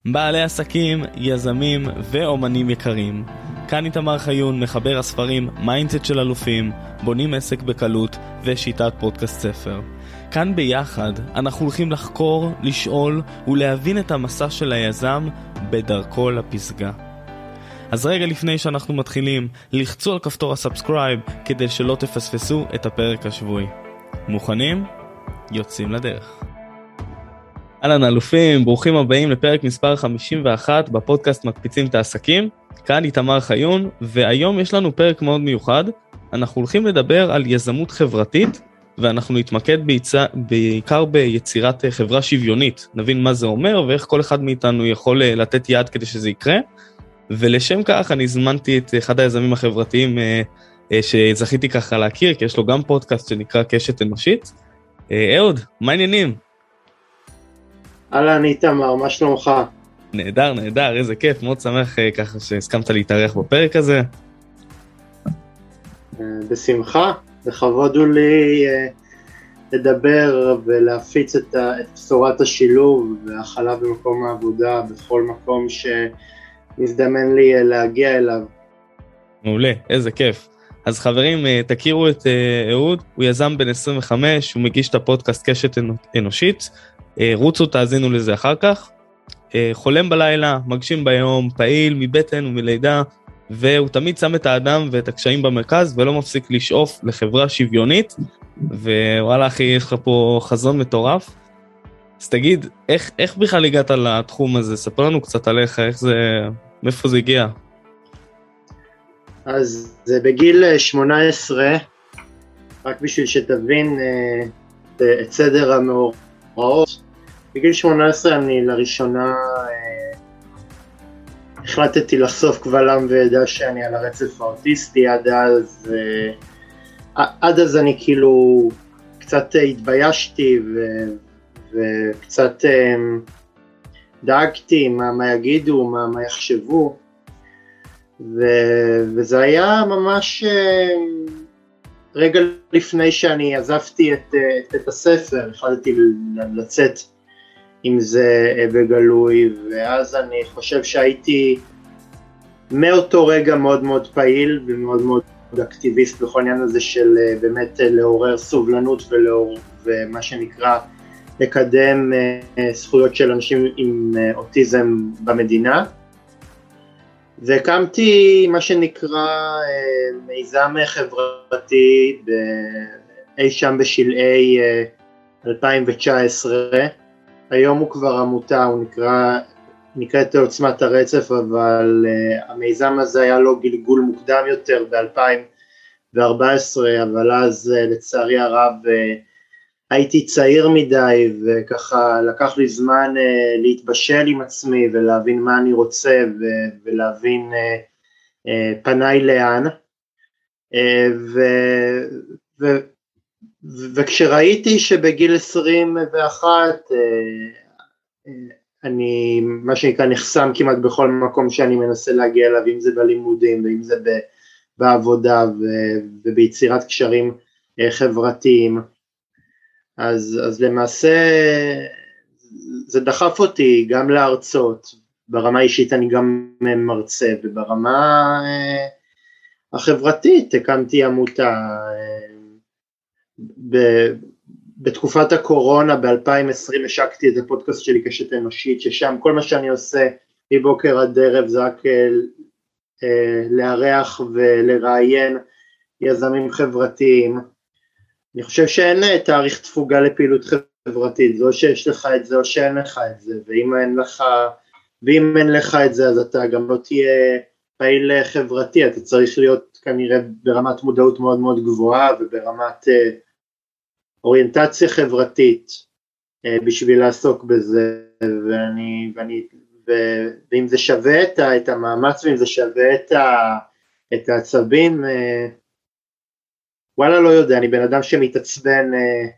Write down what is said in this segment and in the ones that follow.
בעלי עסקים, יזמים ואומנים יקרים. כאן איתמר חיון, מחבר הספרים מיינדסט של אלופים, בונים עסק בקלות ושיטת פודקאסט ספר. כאן ביחד אנחנו הולכים לחקור, לשאול ולהבין את המסע של היזם בדרכו לפסגה. אז רגע לפני שאנחנו מתחילים, לחצו על כפתור הסאבסקרייב כדי שלא תפספסו את הפרק השבועי. מוכנים? יוצאים לדרך. אהלן אלופים, ברוכים הבאים לפרק מספר 51 בפודקאסט מקפיצים את העסקים. כאן איתמר חיון, והיום יש לנו פרק מאוד מיוחד. אנחנו הולכים לדבר על יזמות חברתית, ואנחנו נתמקד בעיקר ביצירת חברה שוויונית. נבין מה זה אומר ואיך כל אחד מאיתנו יכול לתת יד כדי שזה יקרה. ולשם כך אני הזמנתי את אחד היזמים החברתיים שזכיתי ככה להכיר, כי יש לו גם פודקאסט שנקרא קשת אנושית. אהוד, מה העניינים? אהלן איתמר, מה שלומך? נהדר, נהדר, איזה כיף, מאוד שמח ככה שהסכמת להתארח בפרק הזה. בשמחה, לכבוד הוא לי לדבר ולהפיץ את בשורת השילוב והחלה במקום העבודה, בכל מקום שנזדמן לי להגיע אליו. מעולה, איזה כיף. אז חברים, תכירו את אהוד, הוא יזם בן 25, הוא מגיש את הפודקאסט קשת אנושית, רוצו תאזינו לזה אחר כך, חולם בלילה, מגשים ביום, פעיל מבטן ומלידה, והוא תמיד שם את האדם ואת הקשיים במרכז, ולא מפסיק לשאוף לחברה שוויונית, ווואלה אחי, יש לך פה חזון מטורף. אז תגיד, איך בכלל הגעת לתחום הזה? ספר לנו קצת עליך, מאיפה זה הגיע? אז זה בגיל 18, רק בשביל שתבין את סדר המאורעות, בגיל 18 אני לראשונה החלטתי לחשוף קבל עם וידע שאני על הרצף האוטיסטי. עד אז אני כאילו קצת התביישתי וקצת דאגתי מה יגידו, מה יחשבו, וזה היה ממש רגע לפני שאני עזבתי את בית הספר, החלטתי לצאת עם זה בגלוי, ואז אני חושב שהייתי מאותו רגע מאוד מאוד פעיל ומאוד מאוד אקטיביסט בכל עניין הזה של באמת לעורר סובלנות ומה שנקרא לקדם זכויות של אנשים עם אוטיזם במדינה. והקמתי מה שנקרא מיזם חברתי אי שם בשלהי 2019, היום הוא כבר עמותה, הוא נקראת עוצמת הרצף, אבל המיזם הזה היה לו גלגול מוקדם יותר ב-2014, אבל אז לצערי הרב הייתי צעיר מדי, וככה לקח לי זמן להתבשל עם עצמי ולהבין מה אני רוצה ולהבין פניי לאן, וכשראיתי שבגיל 21 אני מה שנקרא נחסם כמעט בכל מקום שאני מנסה להגיע אליו, אם זה בלימודים ואם זה בעבודה וביצירת קשרים חברתיים, אז למעשה זה דחף אותי גם להרצות. ברמה אישית אני גם מרצה, וברמה החברתית הקמתי עמותה. בתקופת הקורונה ב-2020 השקתי את הפודקאסט שלי קשת אנושית, ששם כל מה שאני עושה מבוקר עד ערב זה רק לארח ולראיין יזמים חברתיים. אני חושב שאין תאריך תפוגה לפעילות חברתית, זה או שיש לך את זה או שאין לך את זה, ואם אין לך את זה אז אתה גם לא תהיה פעיל חברתי, אתה צריך להיות כנראה ברמת מודעות מאוד מאוד גבוהה וברמת אוריינטציה חברתית בשביל לעסוק בזה, ואם זה שווה את המאמץ ואם זה שווה את העצבים, וואלה לא יודע, אני בן אדם שמתעצבן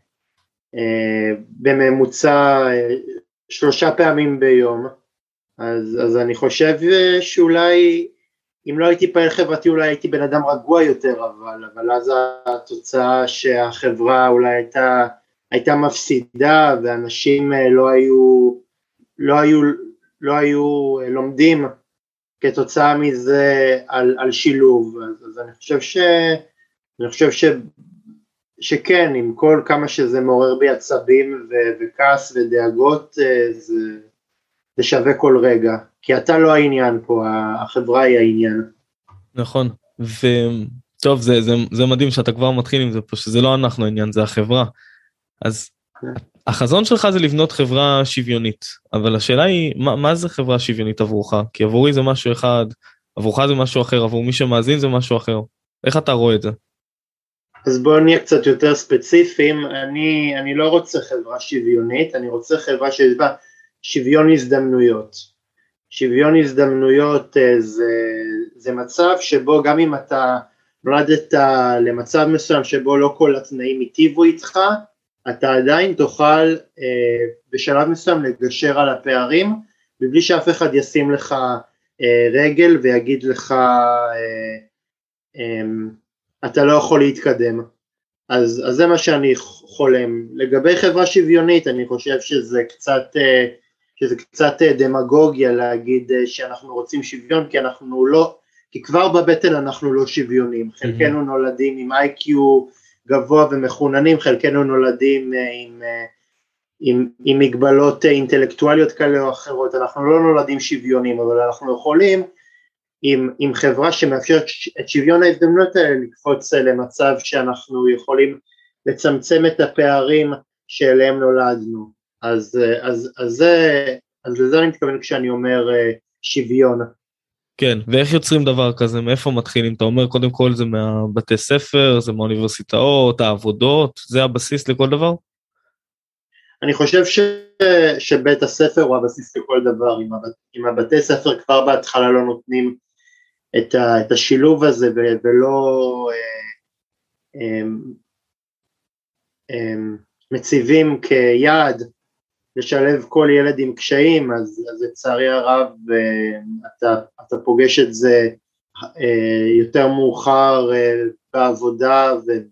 בממוצע 3 פעמים ביום, אז אני חושב שאולי אם לא הייתי פעיל חברתי אולי הייתי בן אדם רגוע יותר, אבל אז התוצאה שהחברה אולי הייתה מפסידה, ואנשים לא לא היו לומדים כתוצאה מזה על שילוב, אז אני חושב שכן, עם כל כמה שזה מעורר בי עצבים וכעס ודאגות, זה שווה כל רגע, כי אתה לא העניין פה, החברה היא העניין. נכון, וטוב, זה מדהים שאתה כבר מתחיל עם זה פה, שזה לא אנחנו העניין, זה החברה. אז החזון שלך זה לבנות חברה שוויונית, אבל השאלה היא, מה זה חברה שוויונית עבורך? כי עבורי זה משהו אחד, עבורך זה משהו אחר, עבור מי שמאזין זה משהו אחר. איך אתה רואה את זה? אז בואו נהיה קצת יותר ספציפיים, אני לא רוצה חברה שוויונית, אני רוצה חברה שיש בה שוויון הזדמנויות. שוויון הזדמנויות זה מצב שבו גם אם אתה נולדת למצב מסוים שבו לא כל התנאים היטיבו איתך, אתה עדיין תוכל בשלב מסוים לגשר על הפערים, מבלי שאף אחד ישים לך רגל ויגיד לך אתה לא יכול להתקדם. אז זה מה שאני חולם. לגבי חברה שוויונית, אני חושב שזה קצת דמגוגיה להגיד שאנחנו רוצים שוויון, כי כבר בבטן אנחנו לא שוויונים. חלקנו נולדים עם IQ גבוה ומחוננים, חלקנו נולדים עם מגבלות אינטלקטואליות כאלה או אחרות. אנחנו לא נולדים שוויונים, אבל אנחנו יכולים עם חברה שמאפשרת את שוויון ההזדמנויות האלה לקפוץ למצב שאנחנו יכולים לצמצם את הפערים שאליהם נולדנו. אז לזה אני מתכוון כשאני אומר שוויון. כן, ואיך יוצרים דבר כזה? מאיפה מתחילים? אתה אומר קודם כל זה מהבתי ספר, זה מהאוניברסיטאות, העבודות, זה הבסיס לכל דבר? אני חושב שבית הספר הוא הבסיס לכל דבר. אם הבתי ספר כבר בהתחלה לא נותנים את השילוב הזה ולא מציבים כיעד לשלב כל ילד עם קשיים, אז לצערי הרב אתה פוגש את זה יותר מאוחר בעבודה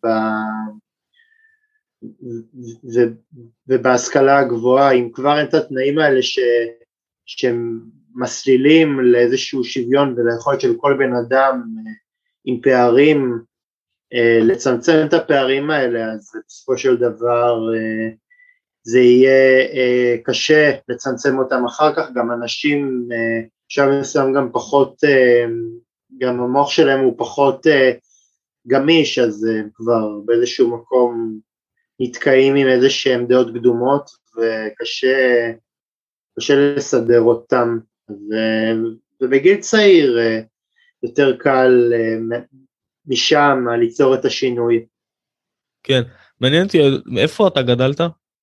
ובהשכלה הגבוהה. אם כבר אין את התנאים האלה שהם מסלילים לאיזשהו שוויון וליכולת של כל בן אדם עם פערים לצמצם את הפערים האלה, אז בסופו של דבר זה יהיה קשה לצמצם אותם אחר כך. גם אנשים שם מסוים גם פחות, גם המוח שלהם הוא פחות גמיש, אז כבר באיזשהו מקום נתקעים עם איזה שהם דעות קדומות וקשה לסדר אותם, ובגיל צעיר יותר קל משם ליצור את השינוי. כן, מעניין אותי, איפה אתה גדלת?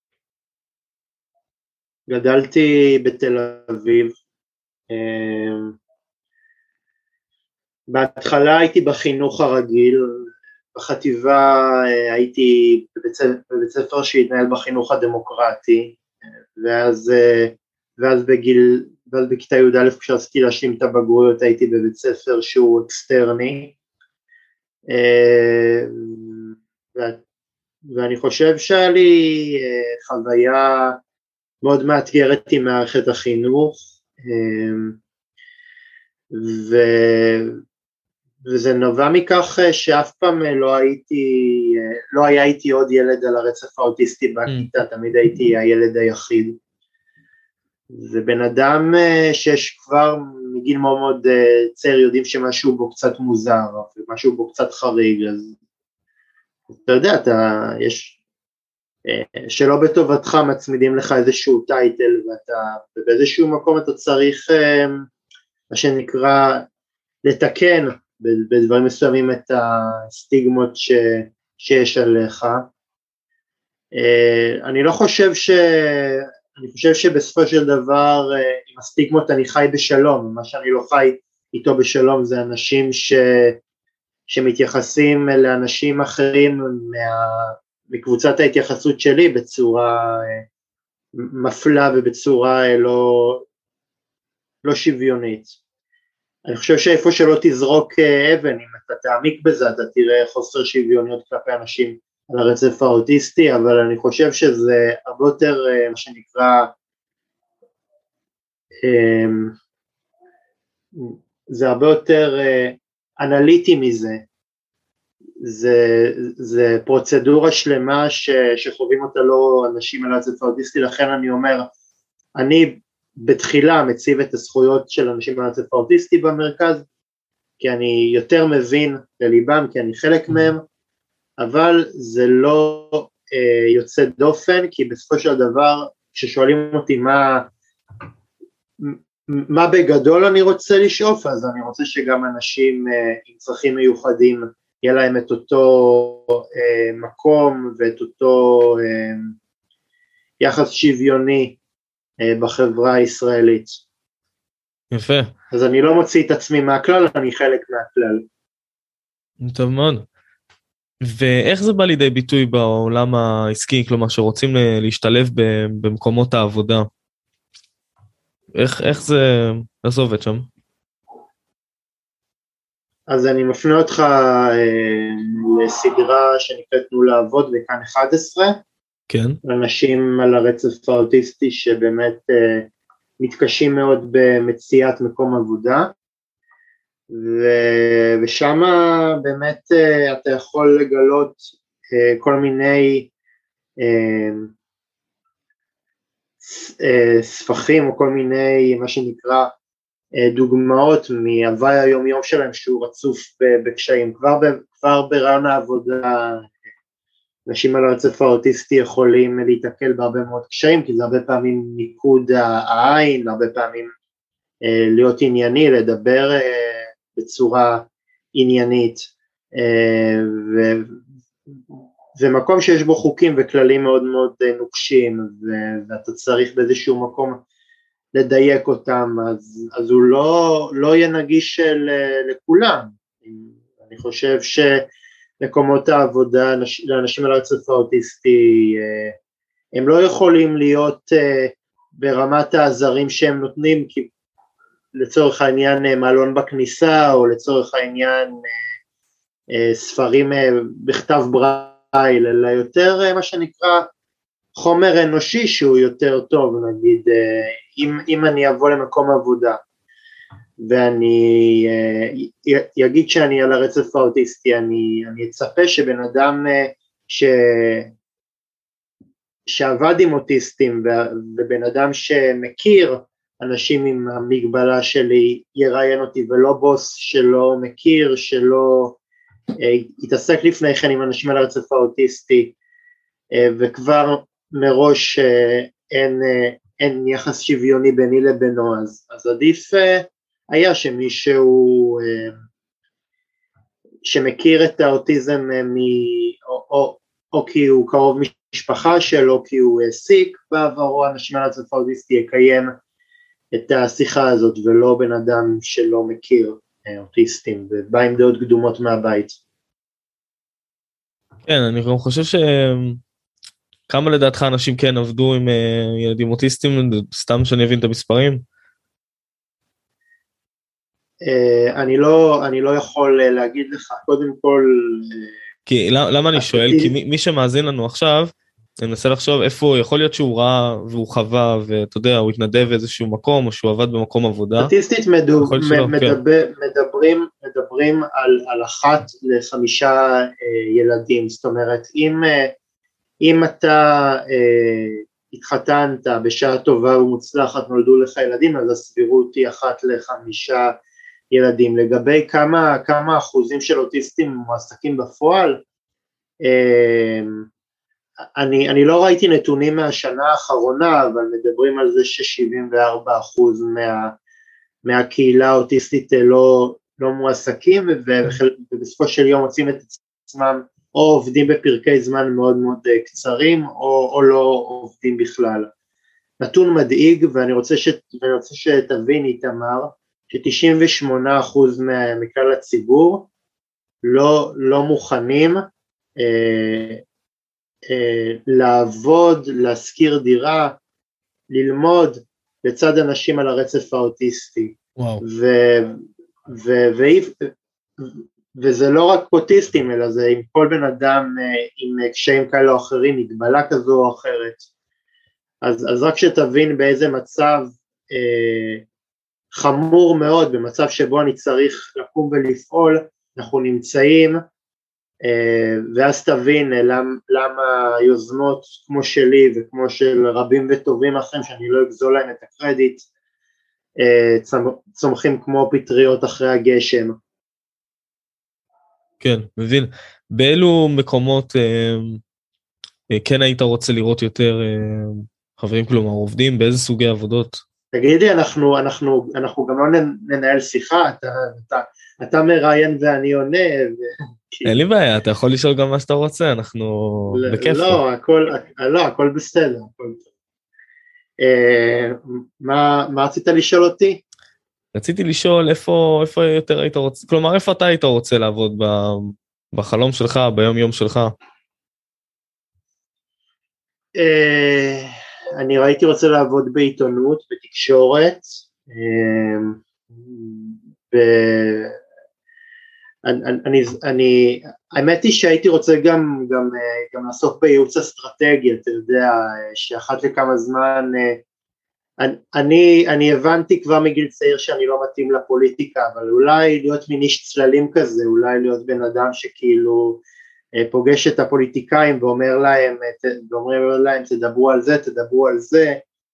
גדלתי בתל אביב, בהתחלה הייתי בחינוך הרגיל, בחטיבה הייתי בבית ספר שהתנהל בחינוך הדמוקרטי, ואז בכיתה י"א כשרציתי להשלים את הבגרויות הייתי בבית ספר שהוא אקסטרני, ואני חושב שהיה לי חוויה מאוד מאתגרת עם מערכת החינוך, וזה נובע מכך שאף פעם לא היה איתי עוד ילד על הרצף האוטיסטי בכיתה, תמיד הייתי הילד היחיד. זה בן אדם שיש כבר מגיל מאוד מאוד צעיר יודעים שמשהו בו קצת מוזר, ומשהו בו קצת חריג, אז אתה יודע, שלא בטובתך מצמידים לך איזשהו טייטל, ובאיזשהו מקום אתה צריך, מה שנקרא, לתקן בדברים מסוימים את הסטיגמות שיש עליך. אני חושב שבסופו של דבר עם הסטיגמות אני חי בשלום, מה שאני לא חי איתו בשלום זה אנשים שמתייחסים לאנשים אחרים מקבוצת ההתייחסות שלי בצורה מפלה ובצורה לא שוויונית. אני חושב שאיפה שלא תזרוק אבן, אם אתה תעמיק בזה, אתה תראה חוסר שוויוניות כלפי אנשים על הרצף האוטיסטי, אבל אני חושב שזה הרבה יותר, מה שנקרא, זה הרבה יותר אנליטי מזה, זה פרוצדורה שלמה שחווים אותה לא אנשים על הרצף האוטיסטי, לכן אני אומר, אני בתחילה מציב את הזכויות של אנשים על הרצף האוטיסטי במרכז, כי אני יותר מבין לליבם, כי אני חלק מהם, אבל זה לא יוצא דופן, כי בסופו של דבר, כששואלים אותי מה בגדול אני רוצה לשאוף, אז אני רוצה שגם אנשים עם צרכים מיוחדים, יהיה להם את אותו מקום, ואת אותו יחס שוויוני בחברה הישראלית. יפה. אז אני לא מוציא את עצמי מהכלל, אני חלק מהכלל. טוב מאוד. ואיך זה בא לידי ביטוי בעולם העסקי, כלומר שרוצים להשתלב במקומות העבודה? איך זה עובד שם? אז אני מפנה אותך לסדרה שנקראת תנו לעבוד בכאן 11, כן. אנשים על הרצף האוטיסטי שבאמת מתקשים מאוד במציאת מקום עבודה, ושם באמת אתה יכול לגלות כל מיני ספחים או כל מיני מה שנקרא דוגמאות מהווי היום יום שלהם שהוא רצוף בקשיים. כבר ברעיון העבודה אנשים על הרצף האוטיסטי יכולים להתקל בהרבה מאוד קשיים, כי זה הרבה פעמים ניקוד העין, הרבה פעמים להיות ענייני, לדבר בצורה עניינית, ומקום שיש בו חוקים וכללים מאוד מאוד נוקשים, ואתה צריך באיזשהו מקום לדייק אותם, אז הוא לא יהיה נגיש לכולם. אני חושב שמקומות העבודה לאנשים על הרצף האוטיסטי, הם לא יכולים להיות ברמת העזרים שהם נותנים, כי לצורך העניין מלון בכניסה, או לצורך העניין ספרים בכתב ברייל, אלא יותר מה שנקרא חומר אנושי שהוא יותר טוב. נגיד אם אני אבוא למקום עבודה ואני אגיד שאני על הרצף האוטיסטי, אני אצפה שבן אדם שעבד עם אוטיסטים ובן אדם שמכיר אנשים עם המגבלה שלי יראיין אותי, ולא בוס שלא מכיר, שלא יתעסק לפני כן עם אנשים על הרצף האוטיסטי, וכבר מראש אין יחס שוויוני ביני לבינו, אז עדיף היה שמישהו שמכיר את האוטיזם או כי הוא קרוב משפחה שלו, כי הוא העסיק בעברו אנשים על הרצף האוטיסטי, יקיים את השיחה הזאת, ולא בן אדם שלא מכיר אוטיסטים, ובא עם דעות קדומות מהבית. כן, אני גם חושב כמה לדעתך אנשים כן עבדו עם ילדים אוטיסטים, סתם שאני אבין את המספרים? אני לא יכול להגיד לך, קודם כל... כי למה אני שואל? כי מי שמאזין לנו עכשיו, אני מנסה לחשוב איפה יכול להיות שהוא ראה והוא חווה, ואתה יודע, הוא התנדב באיזשהו מקום, או שהוא עבד במקום עבודה. סטטיסטית מדברים על 1 ל-5 ילדים, זאת אומרת, אם אתה התחתנת בשעה טובה ומוצלחת, נולדו לך ילדים, אז הסבירות היא 1 ל-5 ילדים. לגבי כמה אחוזים של אוטיסטים מועסקים בפועל, אני לא ראיתי נתונים מהשנה האחרונה, אבל מדברים על זה ש74% מהקהילה האוטיסטית לא מועסקים, ובסופו של יום מוצאים את עצמם או עובדים בפרקי זמן מאוד מאוד קצרים, או לא עובדים בכלל. נתון מדאיג, ואני רוצה שתבין איתמר, ש98% מכלל הציבור לא מוכנים לעבוד, להשכיר דירה, ללמוד לצד אנשים על הרצף האוטיסטי. וואו. וזה לא רק אוטיסטים, אלא זה עם כל בן אדם עם קשיים כאלה או אחרים, מגבלה כזו או אחרת. אז רק שתבין באיזה מצב חמור מאוד, במצב שבו אני צריך לקום ולפעול, אנחנו נמצאים, ואז תבין למה יוזמות כמו שלי וכמו של רבים וטובים אחרים, שאני לא אגזול להם את הקרדיט, צומחים כמו פטריות אחרי הגשם. כן, מבין. באילו מקומות כן היית רוצה לראות יותר חברים, כלומר עובדים, באיזה סוגי עבודות? תגידי, אנחנו גם לא ננהל שיחה, אתה מראיין ואני עונה. אין לי בעיה, אתה יכול לשאול גם מה שאתה רוצה, אנחנו בכיף. לא, הכל בסדר. מה רצית לשאול אותי? רציתי לשאול איפה יותר היית רוצה, כלומר איפה אתה היית רוצה לעבוד בחלום שלך, ביום יום שלך? אני הייתי רוצה לעבוד בעיתונות, בתקשורת, האמת היא שהייתי רוצה גם לעסוק בייעוץ אסטרטגי, אתה יודע, שאחת לכמה זמן, אני הבנתי כבר מגיל צעיר שאני לא מתאים לפוליטיקה, אבל אולי להיות מין איש צללים כזה, אולי להיות בן אדם שכאילו פוגש את הפוליטיקאים ואומרים להם תדברו על זה,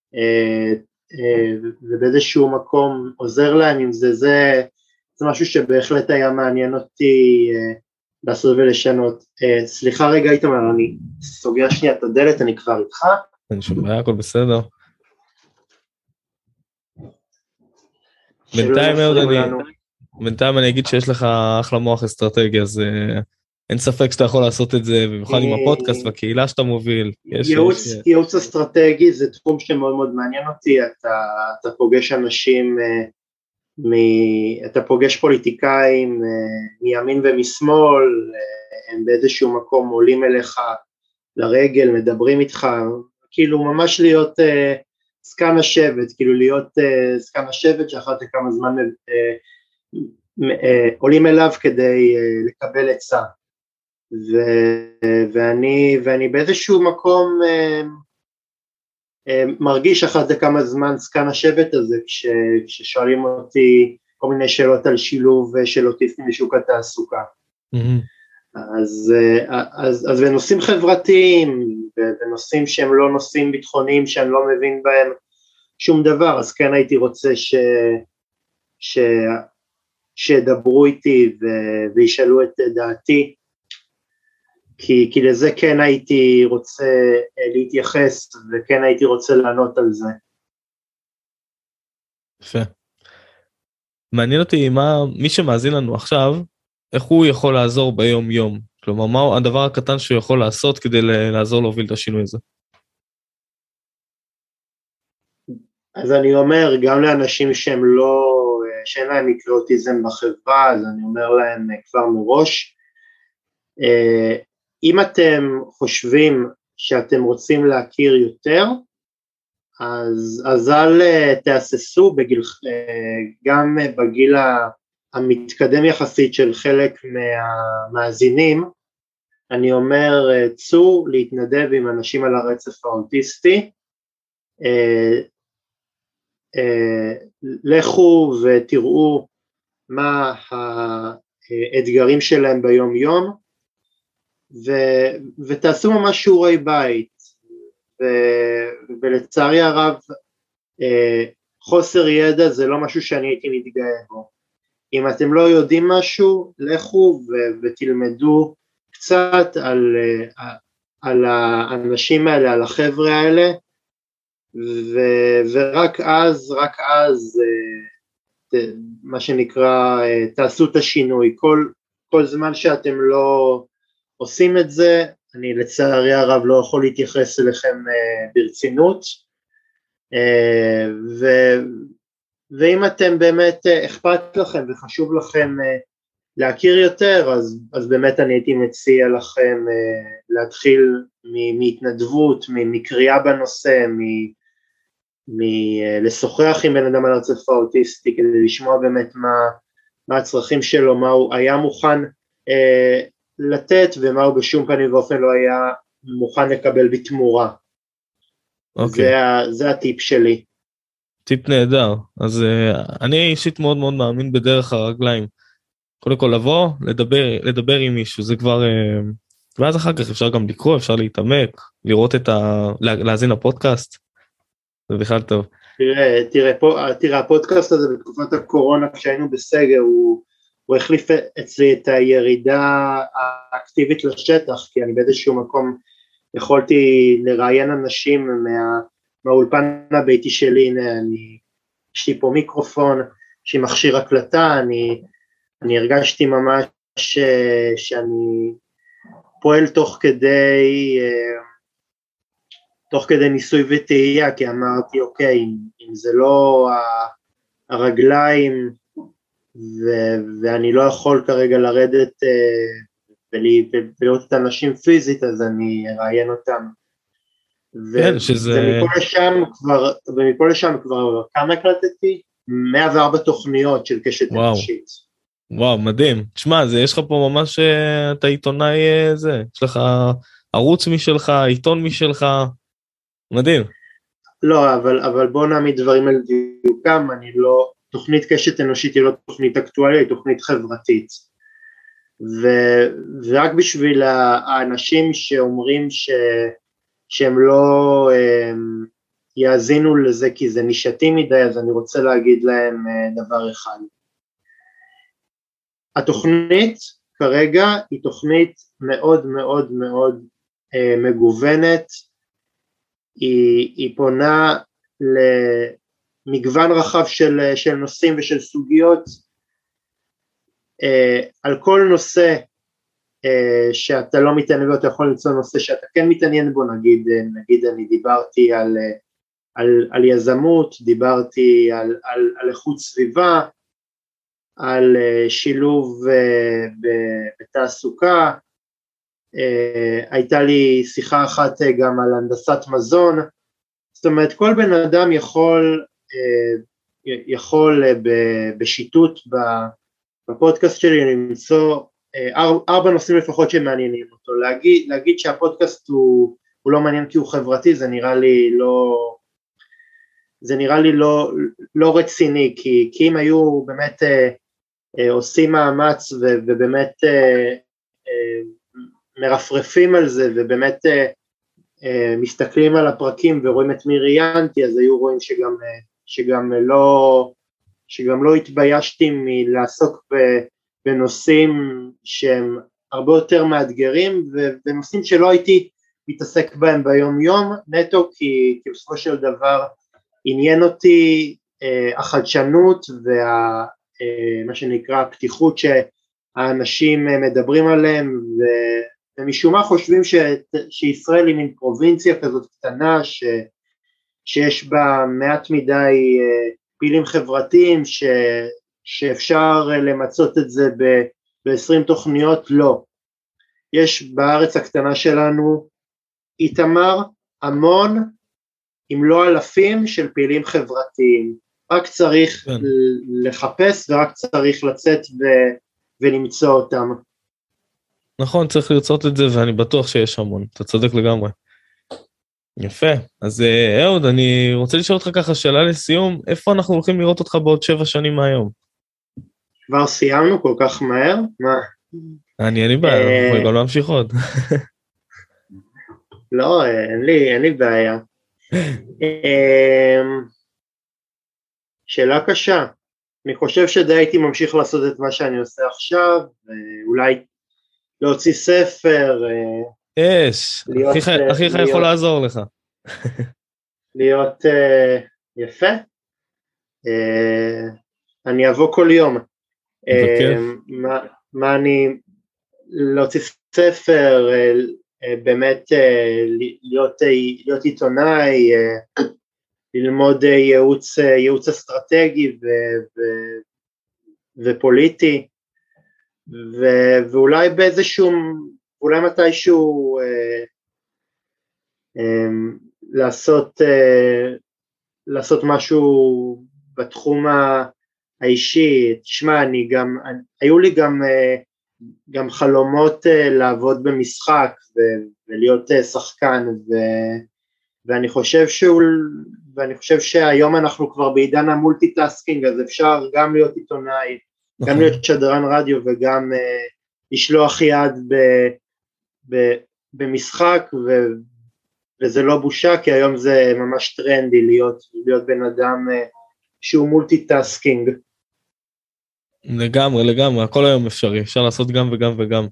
ובאיזשהו מקום עוזר להם עם זה משהו שבהחלט היה מעניין אותי לעשות ולשנות. סליחה רגע איתמר, אני סוגר שנייה את הדלת, אני כבר איתך. אין שום בעיה, הכל בסדר. בינתיים אני אגיד שיש לך אחלה מוח אסטרטגי, אז אין ספק שאתה יכול לעשות את זה, במיוחד עם הפודקאסט והקהילה שאתה מוביל. ייעוץ אסטרטגי זה תחום שמאוד מאוד מעניין אותי, אתה פוגש אנשים, אתה פוגש פוליטיקאים מימין ומשמאל, הם באיזשהו מקום עולים אליך לרגל, מדברים איתך, כאילו ממש להיות סקן השבט, כאילו להיות סקן השבט שאחת לכמה זמן עולים אליו כדי לקבל עצה. ואני באיזשהו מקום מרגיש אחת לכמה זמן סקן השבט הזה, כששואלים אותי כל מיני שאלות על שילוב של אוטיסטים בשוק התעסוקה. אז בנושאים חברתיים, בנושאים שהם לא נושאים ביטחוניים, שאני לא מבין בהם שום דבר, אז כן הייתי רוצה שידברו איתי וישאלו את דעתי, כי לזה כן הייתי רוצה להתייחס, וכן הייתי רוצה לענות על זה. יפה. מעניין אותי מי שמאזין לנו עכשיו, איך הוא יכול לעזור ביום יום? כלומר, מה הדבר הקטן שהוא יכול לעשות כדי לעזור להוביל את השינוי הזה? אז אני אומר, גם לאנשים שאין להם מקרה אוטיזם בחברה, אז אני אומר להם כבר מראש, אם אתם חושבים שאתם רוצים להכיר יותר, אז אל תאססו גם בגיל המתקדם יחסית של חלק מהמאזינים, אני אומר, צאו להתנדב עם אנשים על הרצף האוטיסטי, לכו ותראו מה האתגרים שלהם ביום יום, ותעשו ממש שיעורי בית, ולצערי הרב חוסר ידע זה לא משהו שאני הייתי מתגאה בו. אם אתם לא יודעים משהו, לכו ותלמדו קצת על האנשים האלה, על החבר'ה האלה, ורק אז מה שנקרא תעשו את השינוי. כל זמן שאתם לא עושים את זה, אני לצערי הרב לא יכול להתייחס אליכם ברצינות, ואם אתם באמת אכפת לכם וחשוב לכם להכיר יותר, אז באמת אני הייתי מציע לכם להתחיל מהתנדבות, מקריאה בנושא, לשוחח עם בן אדם על הרצף האוטיסטי, כדי לשמוע באמת מה הצרכים שלו, מה הוא היה מוכן לתת, ומה הוא בשום פנים ואופן לא היה מוכן לקבל בתמורה. זה הטיפ שלי. טיפ נהדר. אז אני אישית מאוד מאוד מאמין בדרך הרגליים. קודם כל לבוא, לדבר עם מישהו, זה כבר, ואז אחר כך אפשר גם לקרוא, אפשר להתעמק, לראות להאזין לפודקאסט, זה בכלל טוב. תראה, הפודקאסט הזה בתקופת הקורונה, כשהיינו בסגר, הוא החליף אצלי את הירידה האקטיבית לשטח, כי אני באיזשהו מקום יכולתי לראיין אנשים מהאולפן הביתי שלי. הנה, יש לי פה מיקרופון, יש לי מכשיר הקלטה, אני הרגשתי ממש שאני פועל תוך כדי ניסוי וטעייה, כי אמרתי, אוקיי, אם זה לא הרגליים, ואני לא יכול כרגע לרדת ולראות את האנשים פיזית, אז אני אראיין אותם. ומפה לשם כבר כמה הקלטתי? 104 תוכניות של קשת אנושית. וואו, מדהים. תשמע, יש לך פה ממש, אתה עיתונאי זה, יש לך ערוץ משלך, עיתון משלך, מדהים. לא, אבל בוא נעמיד דברים על דיוקם. תוכנית קשת אנושית היא לא תוכנית אקטואליה, היא תוכנית חברתית. ורק בשביל האנשים שאומרים שהם לא יאזינו לזה כי זה נישתי מדי, אז אני רוצה להגיד להם דבר אחד. התוכנית כרגע היא תוכנית מאוד מאוד מאוד מגוונת, היא פונה למגוון רחב של נושאים ושל סוגיות, על כל נושא שאתה לא מתעניין בו, אתה יכול למצוא נושא שאתה כן מתעניין בו. נגיד אני דיברתי על יזמות, דיברתי על איכות סביבה, על שילוב בתעסוקה, הייתה לי שיחה אחת גם על הנדסת מזון. זאת אומרת, כל בן אדם יכול בשיטוט בפודקאסט שלי למצוא 4 נושאים לפחות שמעניינים אותו. להגיד שהפודקאסט הוא לא מעניין כי הוא חברתי, זה נראה לי לא רציני, כי אם היו באמת עושים מאמץ ובאמת מרפרפים על זה, ובאמת מסתכלים על הפרקים ורואים את מי ראיינתי, אז היו רואים שגם לא התביישתי מלעסוק בנושאים שהם הרבה יותר מאתגרים, ובנושאים שלא הייתי מתעסק בהם ביום יום, נטו כי בסופו של דבר עניין אותי החדשנות מה שנקרא הפתיחות שהאנשים מדברים עליהם, ומשום מה חושבים שישראל היא מין פרובינציה כזאת קטנה, שיש בה מעט מדי פעילים חברתיים, שאפשר למצות את זה ב-20 תוכניות. לא. יש בארץ הקטנה שלנו, איתמר, המון, אם לא אלפים של פעילים חברתיים. רק צריך לחפש ורק צריך לצאת ולמצוא אותם. נכון, צריך לרצות את זה, ואני בטוח שיש המון, אתה צודק לגמרי. יפה, אז אהוד, אני רוצה לשאול אותך ככה שאלה לסיום, איפה אנחנו הולכים לראות אותך בעוד 7 שנים מהיום? כבר סיימנו כל כך מהר? מה? אין לי בעיה, אנחנו גם להמשיך עוד. לא, אין לי בעיה. שאלה קשה. אני חושב שדי הייתי ממשיך לעשות את מה שאני עושה עכשיו, ואולי להוציא ספר. אחיך יכול לעזור לך. להיות יפה. אני אבוא כל יום. מה אני להוציא ספר, באמת להיות עיתונאי, ללמוד ייעוץ אסטרטגי ופוליטי, ואולי אולי מתישהו לעשות משהו בתחום האישי. תשמע, היו לי גם חלומות לעבוד במשחק ולהיות שחקן, ואני חושב ואני חושב שהיום אנחנו כבר בעידן המולטיטאסקינג, אז אפשר גם להיות עיתונאי, גם להיות שדרן רדיו וגם לשלוח יד במשחק, וזה לא בושה, כי היום זה ממש טרנדי להיות בן אדם שהוא מולטיטאסקינג. לגמרי, לגמרי, הכל היום אפשרי, אפשר לעשות גם וגם וגם.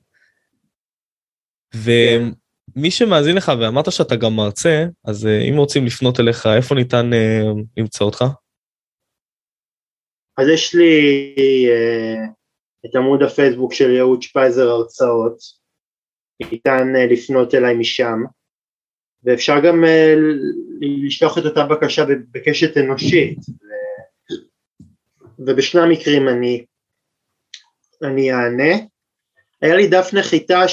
ומי שמאזין לך, ואמרת שאתה גם מרצה, אז אם רוצים לפנות אליך, איפה ניתן למצוא אותך? אז יש לי את עמוד הפייסבוק של יהוד שפייזר הרצאות, ניתן לפנות אליי משם, ואפשר גם לשלוח את אותה בקשה בקשת אנושית, ובשני המקרים אני אענה. היה לי דף נחיתה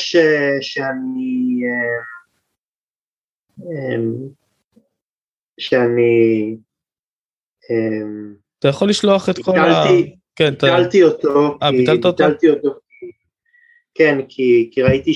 שאני אתה יכול לשלוח את כל ביטלתי אותו. ביטלת אותו? ביטלתי אותו. כן, כי ראיתי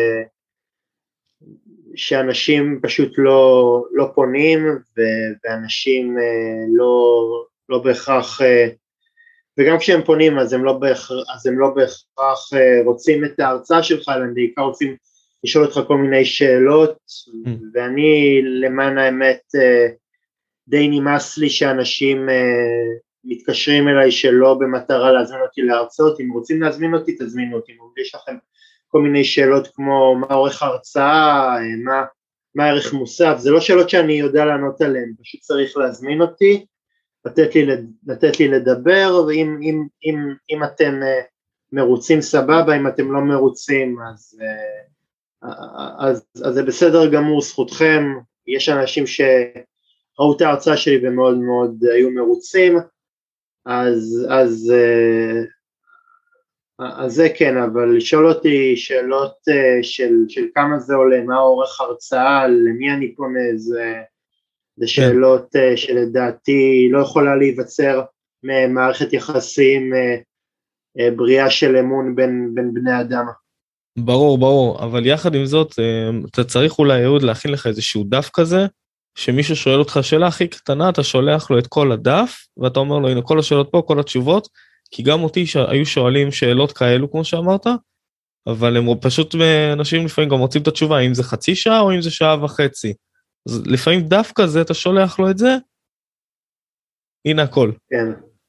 שאנשים פשוט לא פונים, ואנשים לא בהכרח, וגם כשהם פונים אז הם לא בהכרח רוצים את ההרצאה שלך, אלא הם בעיקר רוצים לשאול אותך כל מיני שאלות, ואני למען האמת די נמאס לי שאנשים מתקשרים אליי שלא במטרה להזמין אותי להרצאות. אם רוצים להזמין אותי, תזמינו אותי. אם יש לכם כל מיני שאלות כמו מה אורך ההרצאה, מה ערך מוסף, זה לא שאלות שאני יודע לענות עליהן, פשוט צריך להזמין אותי, לתת לי לדבר, ואם אתם מרוצים סבבה, אם אתם לא מרוצים אז זה בסדר גמור, זכותכם. יש אנשים שראו את ההרצאה שלי ומאוד מאוד היו מרוצים, אז זה כן, אבל לשאול אותי שאלות של כמה זה עולה, מה אורך הרצאה, למי אני פונה, זה שאלות שלדעתי לא יכולה להיווצר ממערכת יחסים בריאה של אמון בין בני אדם. ברור, אבל יחד עם זאת, אתה צריך אולי יהוד להכין לך איזשהו דף כזה, שמישהו שואל אותך שאלה הכי קטנה, אתה שולח לו את כל הדף, ואתה אומר לו, הנה כל השאלות פה, כל התשובות, כי גם אותי היו שואלים שאלות כאלו, כמו שאמרת, אבל הם פשוט, אנשים לפעמים גם רוצים את התשובה, אם זה חצי שעה או אם זה שעה וחצי. אז לפעמים דף כזה, אתה שולח לו את זה, הנה הכל. כן,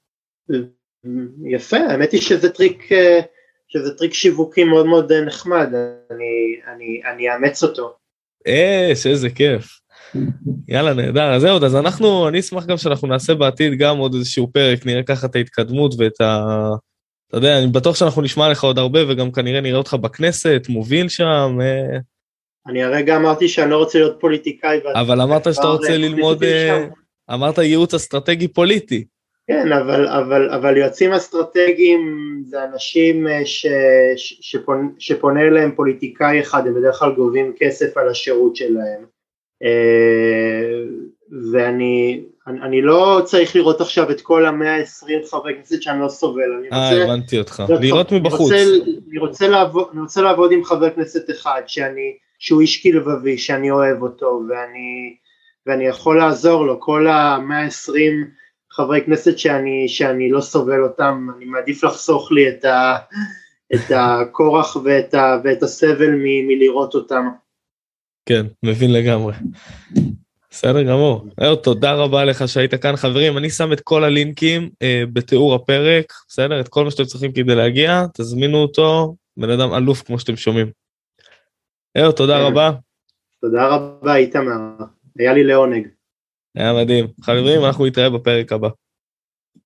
יפה, האמת היא שזה טריק שיווקי מאוד מאוד נחמד, אני אאמץ אותו. איזה כיף. יאללה, נהדר. אז זהו, אז אני אשמח גם שאנחנו נעשה בעתיד גם עוד איזשהו פרק, נראה ככה את ההתקדמות ואת אתה יודע, אני בטוח שאנחנו נשמע לך עוד הרבה, וגם כנראה נראה אותך בכנסת, מוביל שם. אני הרגע אמרתי שאני לא רוצה להיות פוליטיקאי. אבל אמרת שאתה רוצה ללמוד, אמרת ייעוץ אסטרטגי פוליטי. כן, אבל יועצים אסטרטגיים זה אנשים שפונה אליהם פוליטיקאי אחד, הם בדרך כלל גובים כסף על השירות שלהם. ואני לא צריך לראות עכשיו את כל 120 חברי כנסת שאני לא סובל. הבנתי אותך, לראות מבחוץ. אני רוצה לעבוד עם חבר כנסת אחד שהוא איש כלבבי, שאני אוהב אותו, ואני יכול לעזור לו. כל ה-120 חברי כנסת שאני לא סובל אותם, אני מעדיף לחסוך לי את הכורח ואת הסבל מלראות אותם. כן, מבין לגמרי. בסדר גמור. תודה רבה לך שהיית כאן, חברים. אני שם את כל הלינקים בתיאור הפרק, בסדר? את כל מה שאתם צריכים כדי להגיע, תזמינו אותו, בן אדם אלוף כמו שאתם שומעים. תודה רבה. תודה רבה, איתמר. היה לי לעונג. היה מדהים. חברים, אנחנו נתראה בפרק הבא.